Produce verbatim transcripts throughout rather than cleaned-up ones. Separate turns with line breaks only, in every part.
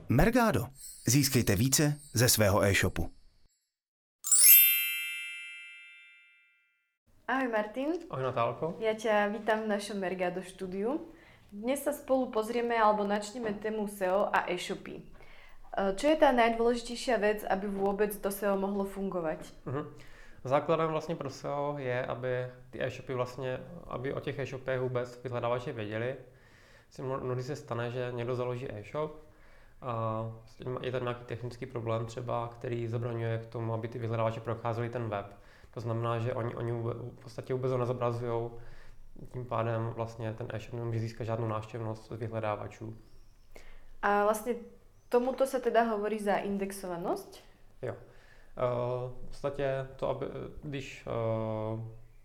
Mergado. Získejte více ze svého e-shopu.
Ahoj Martin.
Ahoj Natálko.
Ja ťa vítam v našom Mergado štúdiu. Dnes sa spolu pozrieme alebo načneme tému es e o a e-shopy. Čo je tá najdôležitejšia vec, aby vôbec to es e o mohlo fungovať?
Mhm. Základem vlastně pro es e o je, aby ty e-shopy vlastně, aby o těch e-shopech vůbec vyhledávači věděli. Mnohdy se stane, že někdo založí e-shop a je tam nějaký technický problém třeba, který zabraňuje k tomu, aby ty vyhledávači procházeli ten web. To znamená, že oni, oni v podstatě vůbec ho nezobrazují, tím pádem vlastně ten e-shop nemůže získat žádnou návštěvnost od vyhledávačů.
A vlastně tomuto se teda hovorí za indexovanost?
Jo. Uh, v podstatě to, aby, když uh,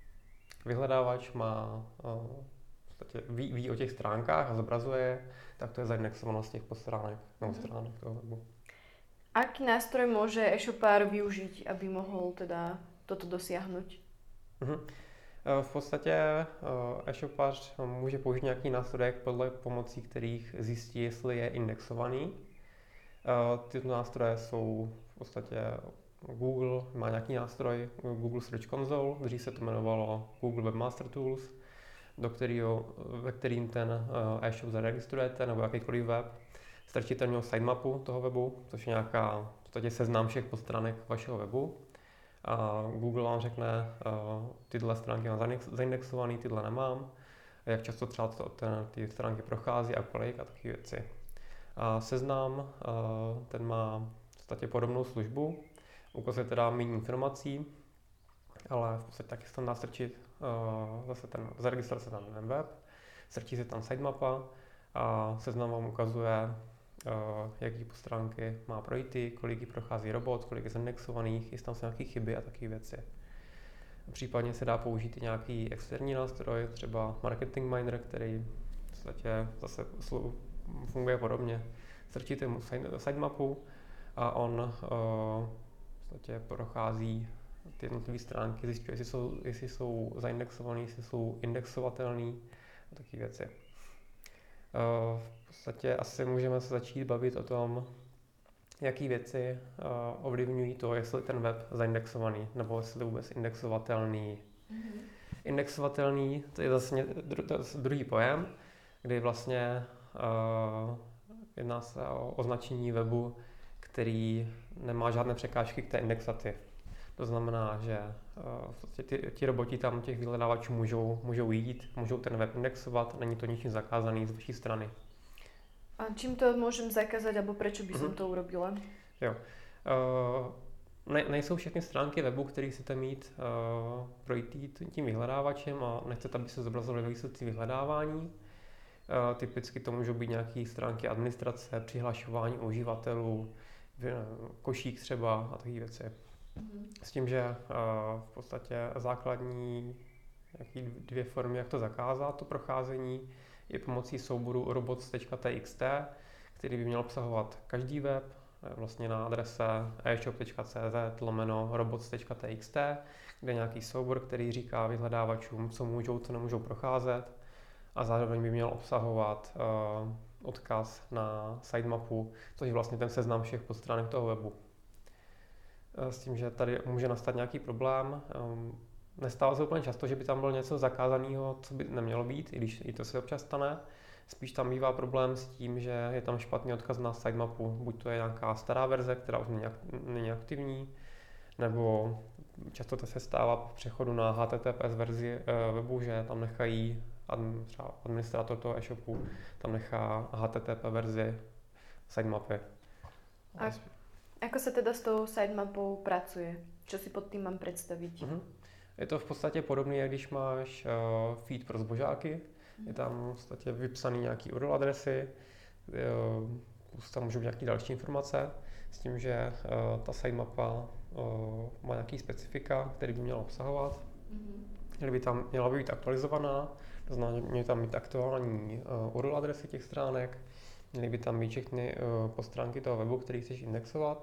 vyhledávač má uh, v podstatě ví, ví o těch stránkách a zobrazuje, tak to je zaindexovanost těch postránek nebo stránek toho webu.
Aký nástroj môže e-shopár využiť, aby mohol teda toto dosiahnuť?
Uh-huh. Uh, v podstatě uh, e-shopář může použít nějaký nástroj, podle pomocí kterých zjistí, jestli je indexovaný. Uh, tyto nástroje jsou v podstatě Google má nějaký nástroj, Google Search Console, dřív se to jmenovalo Google Webmaster Tools, do kterého, ve kterým ten e-shop zaregistrujete, nebo jakýkoliv web. Strčíte do něho sitemapu toho webu, což je nějaká v podstatě seznam všech podstránek vašeho webu. A Google vám řekne, tyhle stránky mám zaindexované, tyhle nemám, jak často třeba to, ten, ty stránky prochází a kolik a takové věci. A seznam, ten má v podstatě podobnou službu, ukazuje teda méně informací, ale v podstatě taky se tam dá strčit uh, zase ten, zaregistrovat se tam ten web, strčí se tam sitemapa a seznam vám ukazuje, uh, jaký stránky má projít, kolik jí prochází robot, kolik je zindexovaných, jestli tam jsou nějaké chyby a takové věci. Případně se dá použít i nějaký externí nástroj, třeba Marketing Miner, který v podstatě zase funguje podobně. Strčíte mu sitemapu a on uh, v podstatě prochází ty jednotlivé stránky, zjistí, jestli jsou, jestli jsou zaindexované, jestli jsou indexovatelné a takové věci. V podstatě asi můžeme se začít bavit o tom, jaké věci ovlivňují to, jestli ten web zaindexovaný, nebo jestli vůbec indexovatelný. Mm-hmm. Indexovatelný, to je zase druhý pojem, kdy vlastně uh, jedná se o označení webu, který nemá žádné překážky k té indexaci. To znamená, že uh, ty, ti roboti tam těch vyhledávačů můžou, můžou jít, můžou ten web indexovat, není to ničím zakázaný z vaší strany.
A čím to můžem zakázat, nebo proč by som to urobila?
Jo. Uh, ne, nejsou všechny stránky webu, které chcete mít uh, projít tím vyhledávačem a nechcete, aby se zobrazovaly výsledky vyhledávání. Uh, typicky to můžou být nějaké stránky administrace, přihlašování uživatelů, košík třeba a takové věci. Mm-hmm. S tím, že uh, v podstatě základní jaký dvě formy, jak to zakázat, to procházení, je pomocí souboru robots tečka t x t, který by měl obsahovat každý web, vlastně na adrese e-shop tečka c z lomeno robots tečka t x t, kde je nějaký soubor, který říká vyhledávačům, co můžou, co nemůžou procházet, a zároveň by měl obsahovat uh, odkaz na sitemapu, což je vlastně ten seznam všech podstránek toho webu. S tím, že tady může nastat nějaký problém. Nestává se úplně často, že by tam bylo něco zakázaného, co by nemělo být, i když i to se občas stane. Spíš tam bývá problém s tím, že je tam špatný odkaz na sitemapu. Buď to je nějaká stará verze, která už není aktivní, nebo často to se stává po přechodu na H T T P S verzi webu, že tam nechají třeba administrátor toho e-shopu, tam nechá H T T P verzi sitemapy.
A ako sa teda s tou sitemapou pracuje? Čo si pod tým mám představit?
Uh-huh. Je to v podstatě podobné, jak když máš uh, feed pro zbožáky. Uh-huh. Je tam v podstatě vypsaný nějaký U R L adresy, uh, tam můžou být nějaké další informace, s tím, že uh, ta sitemapa uh, má nějaký specifika, který by měla obsahovat. Uh-huh. Měla by tam měla by být aktualizovaná, to znamená, že měly tam být aktuální uh, U R L adresy těch stránek, měly by tam být všechny uh, podstránky toho webu, který chceš indexovat.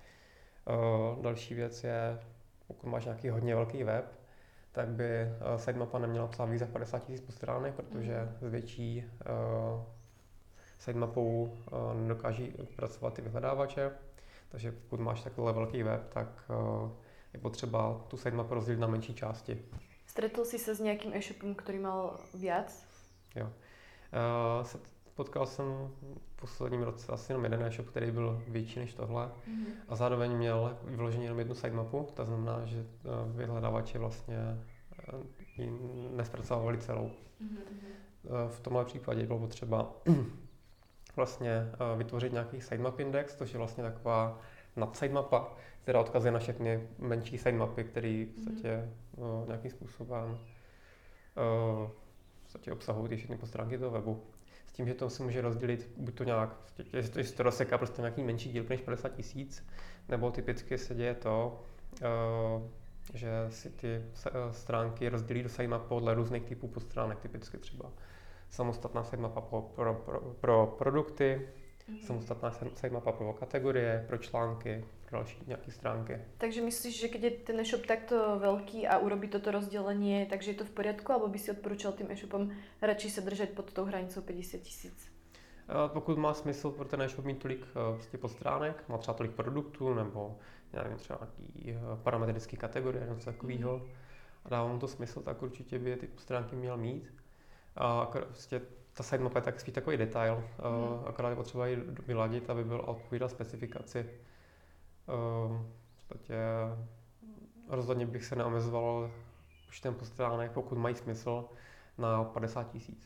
Uh, další věc je, pokud máš nějaký hodně velký web, tak by uh, sitemapa neměla obsahovat víc jak padesát tisíc podstránek, protože zvětší uh, sitemapou nedokáží pracovat ty vyhledávače, takže pokud máš takhle velký web, tak je potřeba tu sitemapu rozdělit na menší části.
Stretol si se s nějakým e-shopem, který mal viac?
Jo. Uh, potkal jsem v posledním roce asi jenom jeden e-shop, který byl větší než tohle mm-hmm. a zároveň měl vyloženě jenom jednu sitemapu, to znamená, že vyhledávači vlastně ji nespracovali celou. Mm-hmm. V tomhle případě bylo potřeba vlastně vytvořit nějaký sitemap index, což je vlastně taková nadsitemapa, která odkazuje na všechny menší sitemapy, které v podstatě mm-hmm. nějakým způsobem v podstatě obsahují ty všechny podstránky toho webu. S tím, že to si může rozdělit buď to nějak, jestli to rozseká prostě nějaký menší dílky než padesát tisíc, nebo typicky se děje to, že si ty stránky rozdělí do sitemap podle různých typů podstránek, typicky třeba samostatná sitemapa pro, pro, pro, pro produkty, mm-hmm. samostatná sitemapa pro kategorie, pro články, pro další nějaké stránky.
Takže myslíš, že když je ten e-shop takto velký a urobí toto rozdělení, takže je to v poriadku, alebo by si odporučil tým e-shopom radši se držet pod tou hranicou padesát tisíc?
Pokud má smysl pro ten e-shop mít tolik prostě podstránek, má třeba tolik produktů nebo nevím, třeba nějaký parametrické kategorie nebo něco takového mm. a dává mu to smysl, tak určitě by ty podstránky měl mít. A prostě ta sitemapa je tak spíš takový detail, mm. akorát je potřeba ji vyladit, aby byl odpovídal specifikaci. V podstatě rozhodně bych se neomezoval počtem podstránek, pokud mají smysl, na padesát tisíc.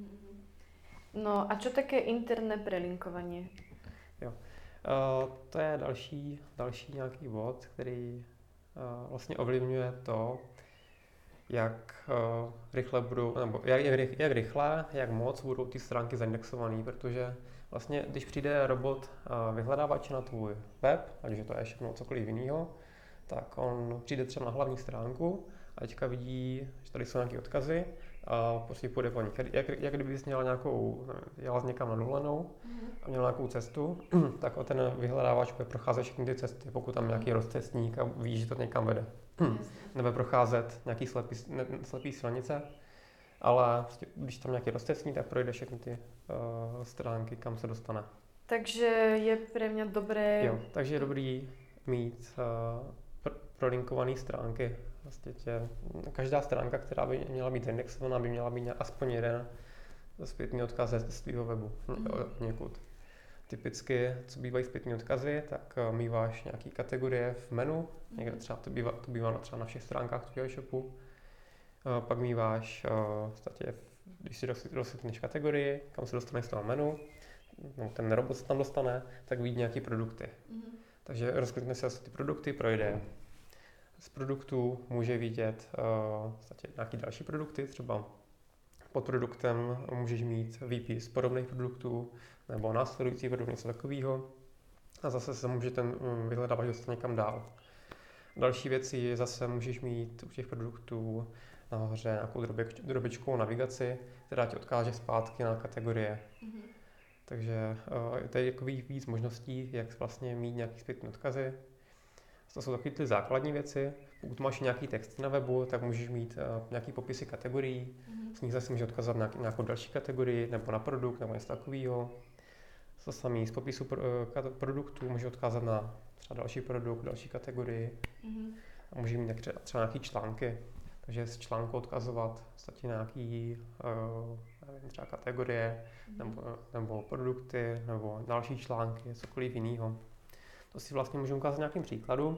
No a čo také interné prelinkovanie?
Jo. Uh, to je další, další nějaký bod, který uh, vlastně ovlivňuje to, jak uh, rychle budou, nebo jak, jak, jak rychle, jak moc budou ty stránky zaindexované, protože vlastně, když přijde robot uh, vyhledávače na tvůj web, ať je to e-shop nebo cokoliv jiného, tak on přijde třeba na hlavní stránku a teďka vidí, že tady jsou nějaké odkazy a prostě půjde po nich. Jak, jak kdyby jsi měla nějakou, jela jsi někam na dovolenou a měla nějakou cestu, tak o ten vyhledávač bude procházet všechny ty cesty, pokud tam nějaký rozcestník a ví, že to někam vede. Nebo procházet nějaký slepý, ne, slepý silnice, ale prostě, když tam nějaký rozcestník, tak projde všechny ty uh, stránky, kam se dostane.
Takže je pre mě dobré...
Jo, takže je dobrý mít uh, pr- prolinkované stránky. Vlastně tě, každá stránka, která by měla být indexovaná, by měla mít aspoň jeden zpětný odkaz ze svého webu mm. někud. Typicky, co bývají zpětný odkazy, tak uh, míváš nějaký kategorie v menu, mm. někde třeba to bývá, to bývá třeba na všech stránkách tvého e-shopu. Uh, pak míváš, uh, vlastně, když si rozsvětneš kategorii, kam se dostaneš z toho menu, no, ten robot se tam dostane, tak vidí nějaké produkty. Mm. Takže rozklikne se ty produkty, projde. Z produktů může vidět uh, nějaké další produkty, třeba pod produktem můžeš mít výpis podobných produktů nebo následující produkt, něco takového. A zase se může ten vyhledávač dostat někam dál. Další věci zase můžeš mít u těch produktů nahoře nějakou drobičkovou navigaci, která ti odkáže zpátky na kategorie. Mm-hmm. Takže uh, to je jako víc možností, jak vlastně mít nějaké zpětné odkazy. To jsou takové ty základní věci. Pokud máš nějaký text na webu, tak můžeš mít uh, nějaký popisy kategorií. Mm-hmm. Z nich zase můžeš odkazat na nějakou další kategorii, nebo na produkt, nebo něco takového. To samé z popisu pro, uh, produktů můžeš odkázat na třeba další produkt, další kategorii. Mm-hmm. A můžeš mít třeba, třeba nějaké články. Takže z článku odkazovat vlastně nějaký uh, nevím, třeba kategorie, mm-hmm. nebo, nebo produkty, nebo další články, cokoliv jiného. To si vlastně můžeme ukázat nějakým příkladu.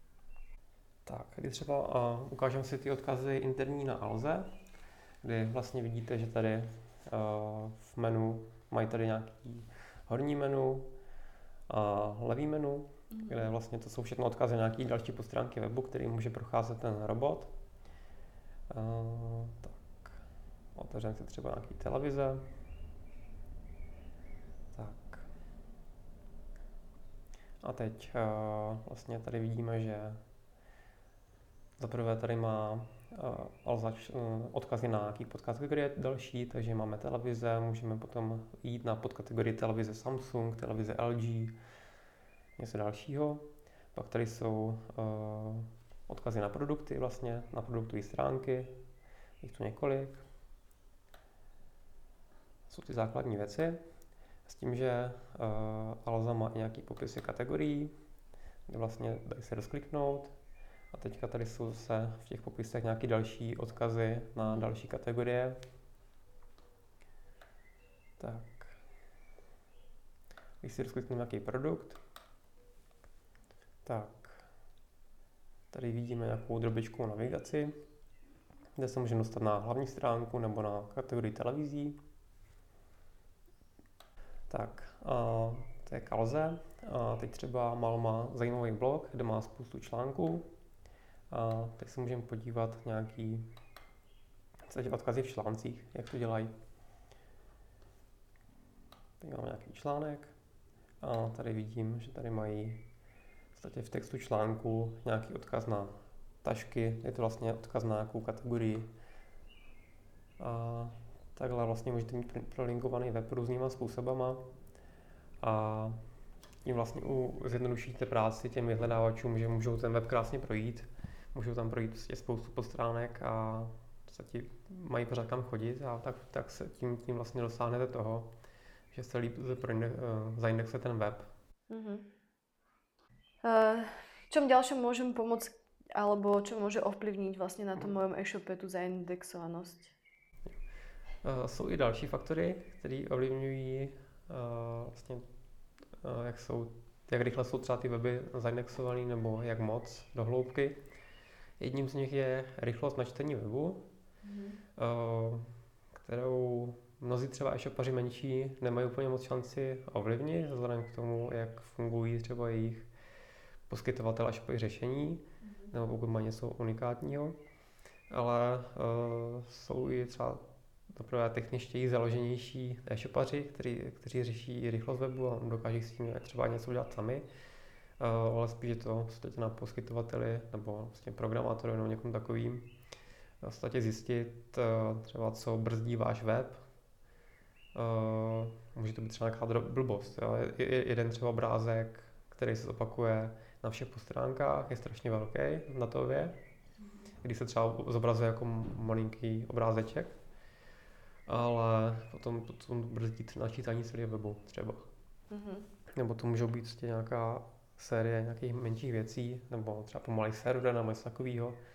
Tak, když třeba uh, ukážeme si ty odkazy interní na Alze, kdy vlastně vidíte, že tady uh, v menu mají tady nějaký horní menu a levý menu, mm-hmm. kde vlastně to jsou všechno odkazy na nějaký další podstránky webu, který může procházet ten robot. Uh, tak, otevřeme si třeba nějaký televize. Tak. A teď uh, vlastně tady vidíme, že zaprvé tady má uh, Alza uh, odkazy na nějaký podkategorie další, takže máme televize, můžeme potom jít na podkategorii televize Samsung, televize L G, něco dalšího. Pak tady jsou uh, odkazy na produkty vlastně, na produktové stránky, jich tu několik. Jsou ty základní věci. S tím, že uh, Alza má i nějaký popisy kategorií, kde vlastně dají se rozkliknout. A teďka tady jsou zase v těch popisech nějaké další odkazy na další kategorie. Tak. Když si rozkliknu nějaký produkt, tak tady vidíme nějakou drobičkovou navigaci, kde se můžeme dostat na hlavní stránku nebo na kategorii televizí. Tak, a to je k Alze. A teď třeba Mal má zajímavý blog, kde má spoustu článků. A teď se můžeme podívat nějaký odkazy v článcích, jak to dělají. Teď mám nějaký článek a tady vidím, že tady mají v podstatě v textu článku nějaký odkaz na tašky, je to vlastně odkaz na nějakou kategorii. A takhle vlastně můžete mít prolinkovaný web různýma způsobama a tím vlastně zjednodušíte práci těm vyhledávačům, že můžou ten web krásně projít, můžou tam projít prostě spoustu podstránek a v podstatě mají pořád kam chodit a tak, tak se tím, tím vlastně dosáhnete toho, že se líp zaindexuje ten web.
Uh-huh. Uh, čom ďalšom môžem pomôcť, alebo čo môže ovplyvniť vlastne na tom mojom e-shope tu zaindexovanosť?
Uh, jsou i další faktory, které ovlivňují uh, vlastně, uh, jak, jsou, jak rychle jsou třeba ty weby zaindexované nebo jak moc do hloubky. Jedním z nich je rychlost načtení webu, mm. uh, kterou mnozí třeba e-shopaři menší nemají úplně moc šanci ovlivnit, vzhledem k tomu, jak fungují třeba jejich poskytovatel e-shopových řešení, mm. nebo pokud mají něco unikátního. Ale uh, jsou i třeba zaprvé techničtěji založenější e-shopaři, kteří, kteří řeší rychlost webu a dokáží s tím třeba něco udělat sami. Uh, ale spíš je to v na poskytovateli nebo vlastně programátorovi nebo někom takovým. V podstatě zjistit uh, třeba, co brzdí váš web. Uh, může to být třeba nějaká blbost. Jo? Je, jeden třeba obrázek, který se opakuje na všech postránkách, je strašně velký datově, když se třeba zobrazuje jako malinký obrázeček, ale potom, potom brzdí načítání celého webu třeba. Mm-hmm. Nebo to můžou být vlastně nějaká série nějakých menších věcí, nebo třeba pomalý server nebo něco takového. Uh,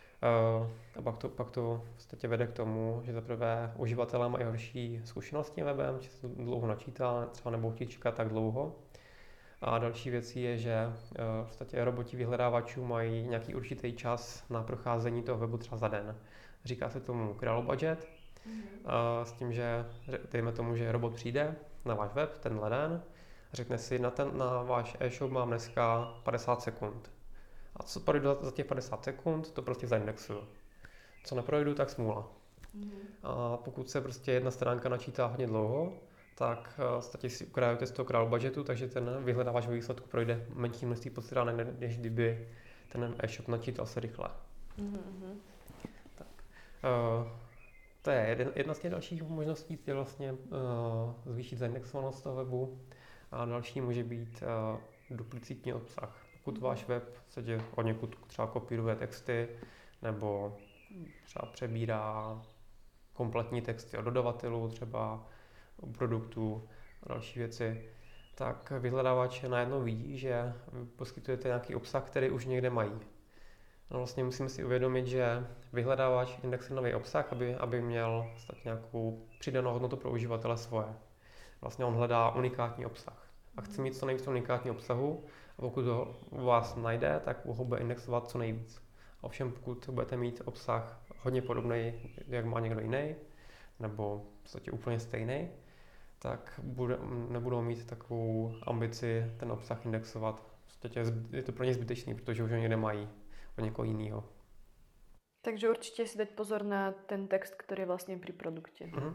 a pak to, pak to v podstatě vede k tomu, že zaprvé uživatelé mají horší zkušenosti s tím webem, že se to dlouho načítá, třeba nebudou chtít čekat tak dlouho. A další věcí je, že uh, v podstatě roboti vyhledávačů mají nějaký určitý čas na procházení toho webu třeba za den. Říká se tomu crawl budget, mm-hmm. uh, s tím, že dejme tomu, že robot přijde na váš web tenhle den, řekne si, na, ten, na váš e-shop mám dneska padesát sekund. A co projdu za těch padesát sekund, to prostě zaindexuju. Co neprojdu, tak smůla. Mm. A pokud se prostě jedna stránka načítá hodně dlouho, tak uh, si ukrajujete z toho crawl budgetu, takže ten vyhledávač ve výsledku projde menší množství podstránek, než kdyby ten e-shop načítal se rychle. Mm-hmm. Tak. Uh, to je jeden, jedna z těch dalších možností, je vlastně uh, zvýšit zaindexovanost toho webu. A další může být uh, duplicitní obsah. Pokud váš web se od někud třeba kopíruje texty nebo třeba přebírá kompletní texty od dodavatelů, třeba od produktů a další věci, tak vyhledávač najednou vidí, že poskytujete nějaký obsah, který už někde mají. No vlastně musíme si uvědomit, že vyhledávač indexuje nový obsah, aby, aby měl nějakou přidanou hodnotu pro uživatele svoje. Vlastně on hledá unikátní obsah a chce mít co nejvíc unikátního obsahu a pokud ho u vás najde, tak ho bude indexovat co nejvíc. Ovšem pokud budete mít obsah hodně podobný, jak má někdo jiný, nebo v podstatě úplně stejný, tak bude, nebudou mít takovou ambici ten obsah indexovat. V podstatě je to pro ně zbytečný, protože už ho někde mají od někoho jiného.
Takže určitě si dať pozor na ten text, který je vlastně při produktě. Mm-hmm.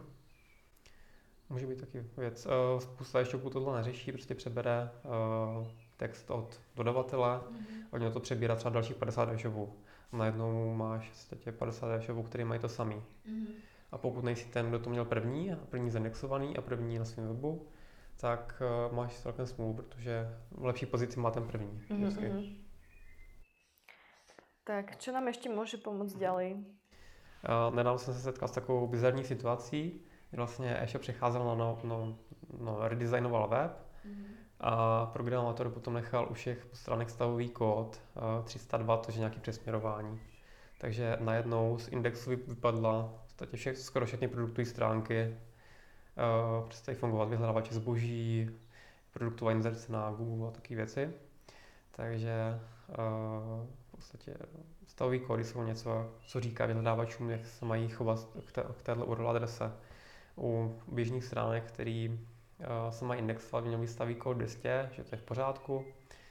Může být taky věc. Spousta e-shopů tohle neřeší, prostě přebere uh, text od dodavatele, mm-hmm. od něho to přebírá třeba dalších padesát e-shopů. Najednou máš v padesát e-shopů, který mají to samý. Mm-hmm. A pokud nejsi ten, kdo to měl první, a první zindexovaný a první na svém webu, tak uh, máš celkem smůlu, protože v lepší pozici má ten první. Mm-hmm.
Tak, čo nám ještě může pomoct ďalej?
Uh, nedávno jsem se setkal s takovou bizarní situací, Vlastně e-shop přecházel na, no, no, no, redesignoval web mm. a programátor potom nechal u všech stránek stavový kód uh, tři sta dva, to je nějaké přesměrování. Takže najednou z indexu vypadla v všech, skoro všechny produktové stránky, uh, přestají fungovat vyhledávače zboží, produktová inzerce na Google a takové věci. Takže uh, v podstatě stavové kódy jsou něco, co říká vyhledávačům, jak se mají chovat k, té, k této U R L adrese. U běžných stránek, který uh, se mají indexovat, měl být stavý kód dvě stě, že to je v pořádku.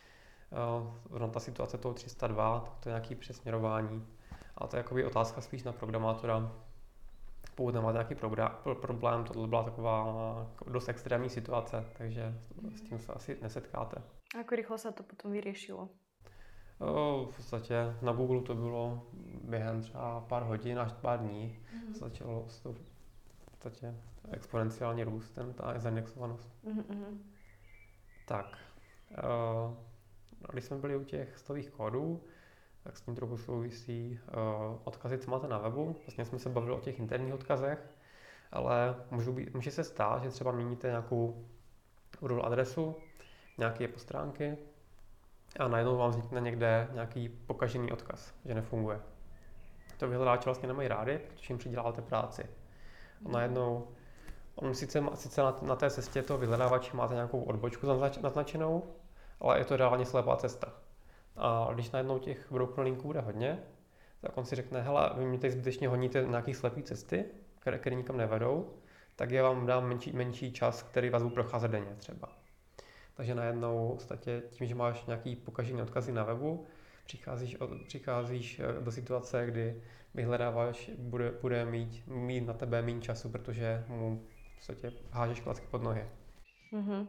Uh, ta situace toho tři sta dva, tak to je nějaké přesměrování. A to je jakoby otázka spíš na programátora. Pokud nemáte nějaký progra- problém, tohle byla taková dost extrémní situace, takže s tím se asi nesetkáte.
Ako rýchlo sa to potom vyriešilo?
Uh, v podstatě na Google to bylo během třeba pár hodin až pár dní. Mm. Začalo s to v podstatě exponenciálně růst, ten, ta zaindexovanost. Mm-hmm. Tak, uh, když jsme byli u těch stových kódů, tak s tím trochu souvisí uh, odkazy, co máte na webu. Vlastně jsme se bavili o těch interních odkazech, ale můžu být, může se stát, že třeba měníte nějakou U R L adresu, nějaké postránky a najednou vám vznikne někde nějaký pokažený odkaz, že nefunguje. To vyhledáči vlastně nemají rádi, protože jim přiděláte práci. A najednou, on sice, sice na, na té cestě toho vyhledávače máte nějakou odbočku naznač, naznačenou, ale je to reálně slepá cesta. A když najednou těch broken linků bude hodně, tak on si řekne, hele, vy mě tady zbytečně honíte nějaké slepé cesty, které, které nikam nevedou, tak já vám dám menší, menší čas, který vás budu procházet denně třeba. Takže najednou vlastně tím, že máš nějaký pokažený odkazy na webu, přicházíš, přicházíš do situace, kdy vyhledávač bude, bude mít, mít na tebe méně času, protože mu v podstatě hážeš klacky pod nohy.
Mm-hmm.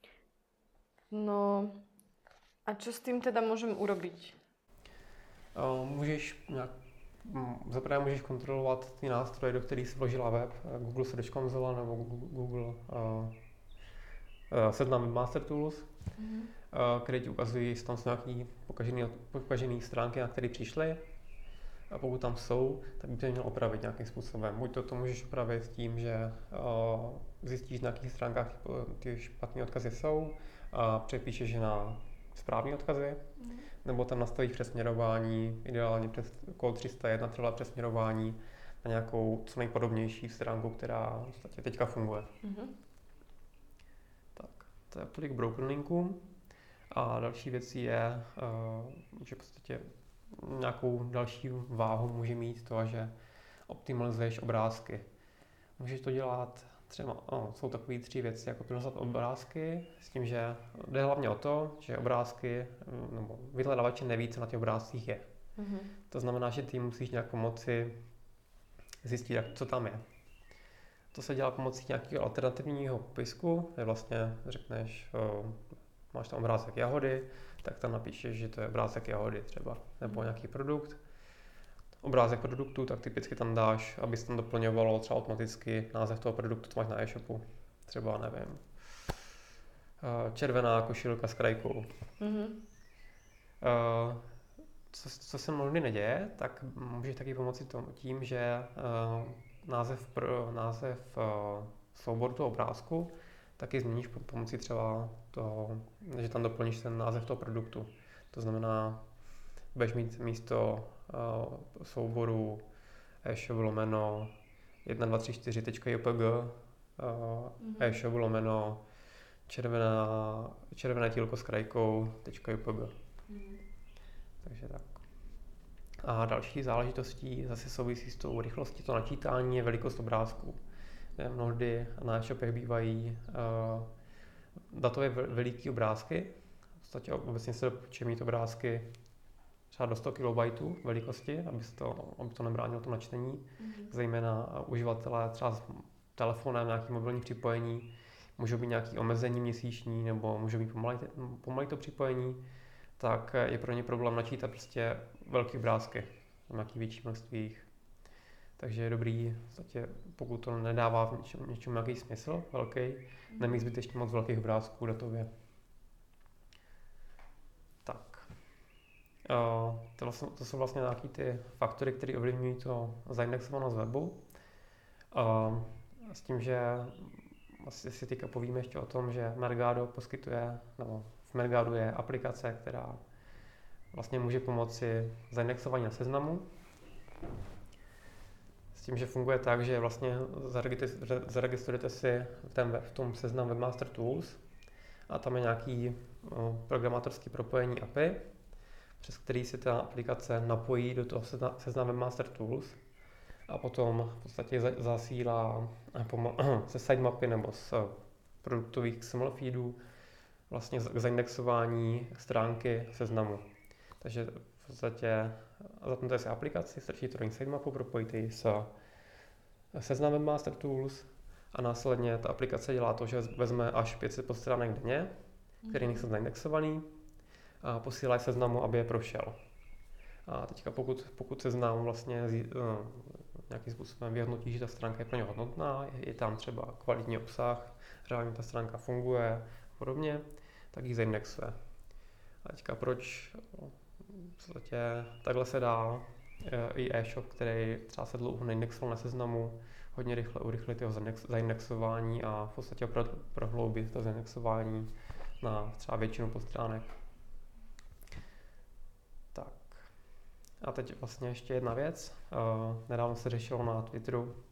No a čo s tým teda môžem urobiť?
Můžeš nějak, zaprvé můžeš kontrolovat ty nástroje, do kterých jsi vložila web, Google Search Console nebo Google uh, uh, Seznam Webmaster Tools, mm-hmm. uh, které ti ukazují, jestli tam jsou nějaké pokažené, pokažené stránky, na které přišly. A pokud tam jsou, tak by to měl opravit nějakým způsobem. Buď to, to můžeš opravit tím, že uh, zjistíš, na jakých stránkách ty špatné odkazy jsou a přepíšeš je na správné odkazy, mm. nebo tam nastavíš přesměrování, ideálně přes kód tři sta jedna třeba přesměrování na nějakou co nejpodobnější stránku, která v podstatě teďka funguje. Mm-hmm. Tak, to je tolik broken linků. A další věcí je, uh, že v podstatě nějakou další váhu může mít to, že optimalizuješ obrázky. Můžeš to dělat třeba, no, jsou takové tři věci, jako přinosat obrázky, s tím, že jde hlavně o to, že obrázky, nebo vyhledávače neví, co na těch obrázcích je. Mm-hmm. To znamená, že ty musíš nějak pomoci zjistit, jak, co tam je. To se dělá pomocí nějakého alternativního popisku, kde vlastně řekneš, o, máš tam obrázek jahody, tak tam napíšeš, že to je obrázek jahody třeba, nebo nějaký produkt. Obrázek produktu, tak typicky tam dáš, aby se tam doplňovalo třeba automaticky název toho produktu, co máš na e-shopu. Třeba, nevím, červená košilka s krajkou. Mm-hmm. Co, co se mnohdy neděje, tak můžeš taky pomoci tomu tím, že název, pro, název souboru toho obrázku taky změníš pomocí třeba toho, že tam doplníš ten název toho produktu. To znamená, budeš mít místo uh, souboru e-shop lomeno jedna dva tři čtyři tečka jpg, uh, mm-hmm. e-shop lomeno červená, červené tílko s krajkou tečka jpg. Mm-hmm. Takže tak. A další záležitostí zase souvisí s tou rychlostí toho načítání je velikost obrázků. Mnohdy na e-shopech bývají uh, datově veliký obrázky. V podstatě obecně se doporučuje mít obrázky třeba do sto kilobajtů velikosti, aby to, aby to nebránilo to načtení. Mm-hmm. Zejména uživatelé třeba s telefonem, nějaké mobilní připojení, můžou být nějaké omezení měsíční nebo můžou být pomalý to připojení, tak je pro ně problém načítat prostě velké obrázky, nějaký větší množství. Takže je dobrý, v podstatě, pokud to nedává v něčem, něčem nějaký smysl velký, mm-hmm. nemít zbytečně moc velkých obrázků datově. Tak. Uh, to, vlastně, to jsou vlastně nějaké ty faktory, které ovlivňují to zaindexovanost webu. Uh, S tím, že asi si teďka povíme ještě o tom, že Mergado poskytuje, nebo v Mergadu je aplikace, která vlastně může pomoci zaindexování na seznamu. S tím, že funguje tak, že vlastně zaregistrujete si v, ten, v tom seznam Webmaster Tools a tam je nějaký o, programátorský propojení A P I, přes který si ta aplikace napojí do toho seznam Webmaster Tools a potom v podstatě zasílá se sitemapy nebo z produktových X M L feedů vlastně k zaindexování stránky seznamu. Takže v podstatě zapnete si aplikaci, strčíte do sitemapu, propojíte ji s seznam Webmaster Tools a následně ta aplikace dělá to, že vezme až pět set podstránek denně, které nejsou zaindexovaný, a posílá seznamu, aby je prošel. A teďka pokud, pokud seznam vlastně uh, nějakým způsobem vyhodnotí, že ta stránka je pro ně hodnotná, je, je tam třeba kvalitní obsah, reálně ta stránka funguje a podobně, tak ji zaindexuje. A teďka proč v podstatě takhle se dá i e-shop, který třeba se dlouho neindexoval na seznamu, hodně rychle urychlit jeho zaindexování a v podstatě prohloubit to zaindexování na třeba většinu podstránek. Tak. A teď vlastně ještě jedna věc. Uh, nedávno se řešilo na Twitteru, uh,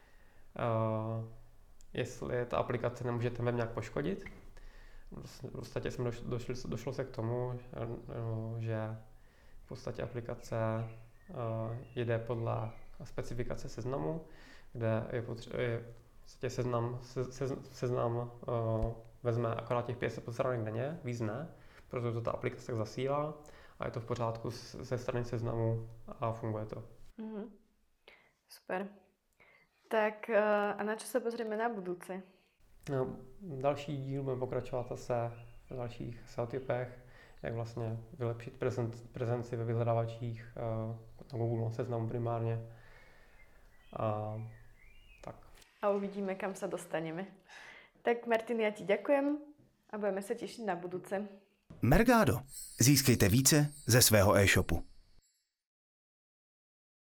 jestli ta aplikace nemůže ten web nějak poškodit. V podstatě jsme došli, došlo se k tomu, že v podstatě aplikace uh, jede podle specifikace seznamu, kde je, potře- je v podstatě seznam, se, se, seznam uh, vezme akorát těch pět set podstránek denně, víc ne, protože to ta aplikace tak zasílá a je to v pořádku ze strany seznamu a funguje to.
Mm-hmm. Super. Tak uh, a na čo se pozrieme na budúce?
No, další díl budeme pokračovat zase v dalších S E O typech, jak vlastně vylepšit prezenci ve vyhledávačích na Google seznamu primárně. A tak.
A uvidíme, kam sa dostaneme. Tak Martin, ja ti ďakujem a budeme sa tešiť na budúce.
Mergado. Získejte více ze svého e-shopu.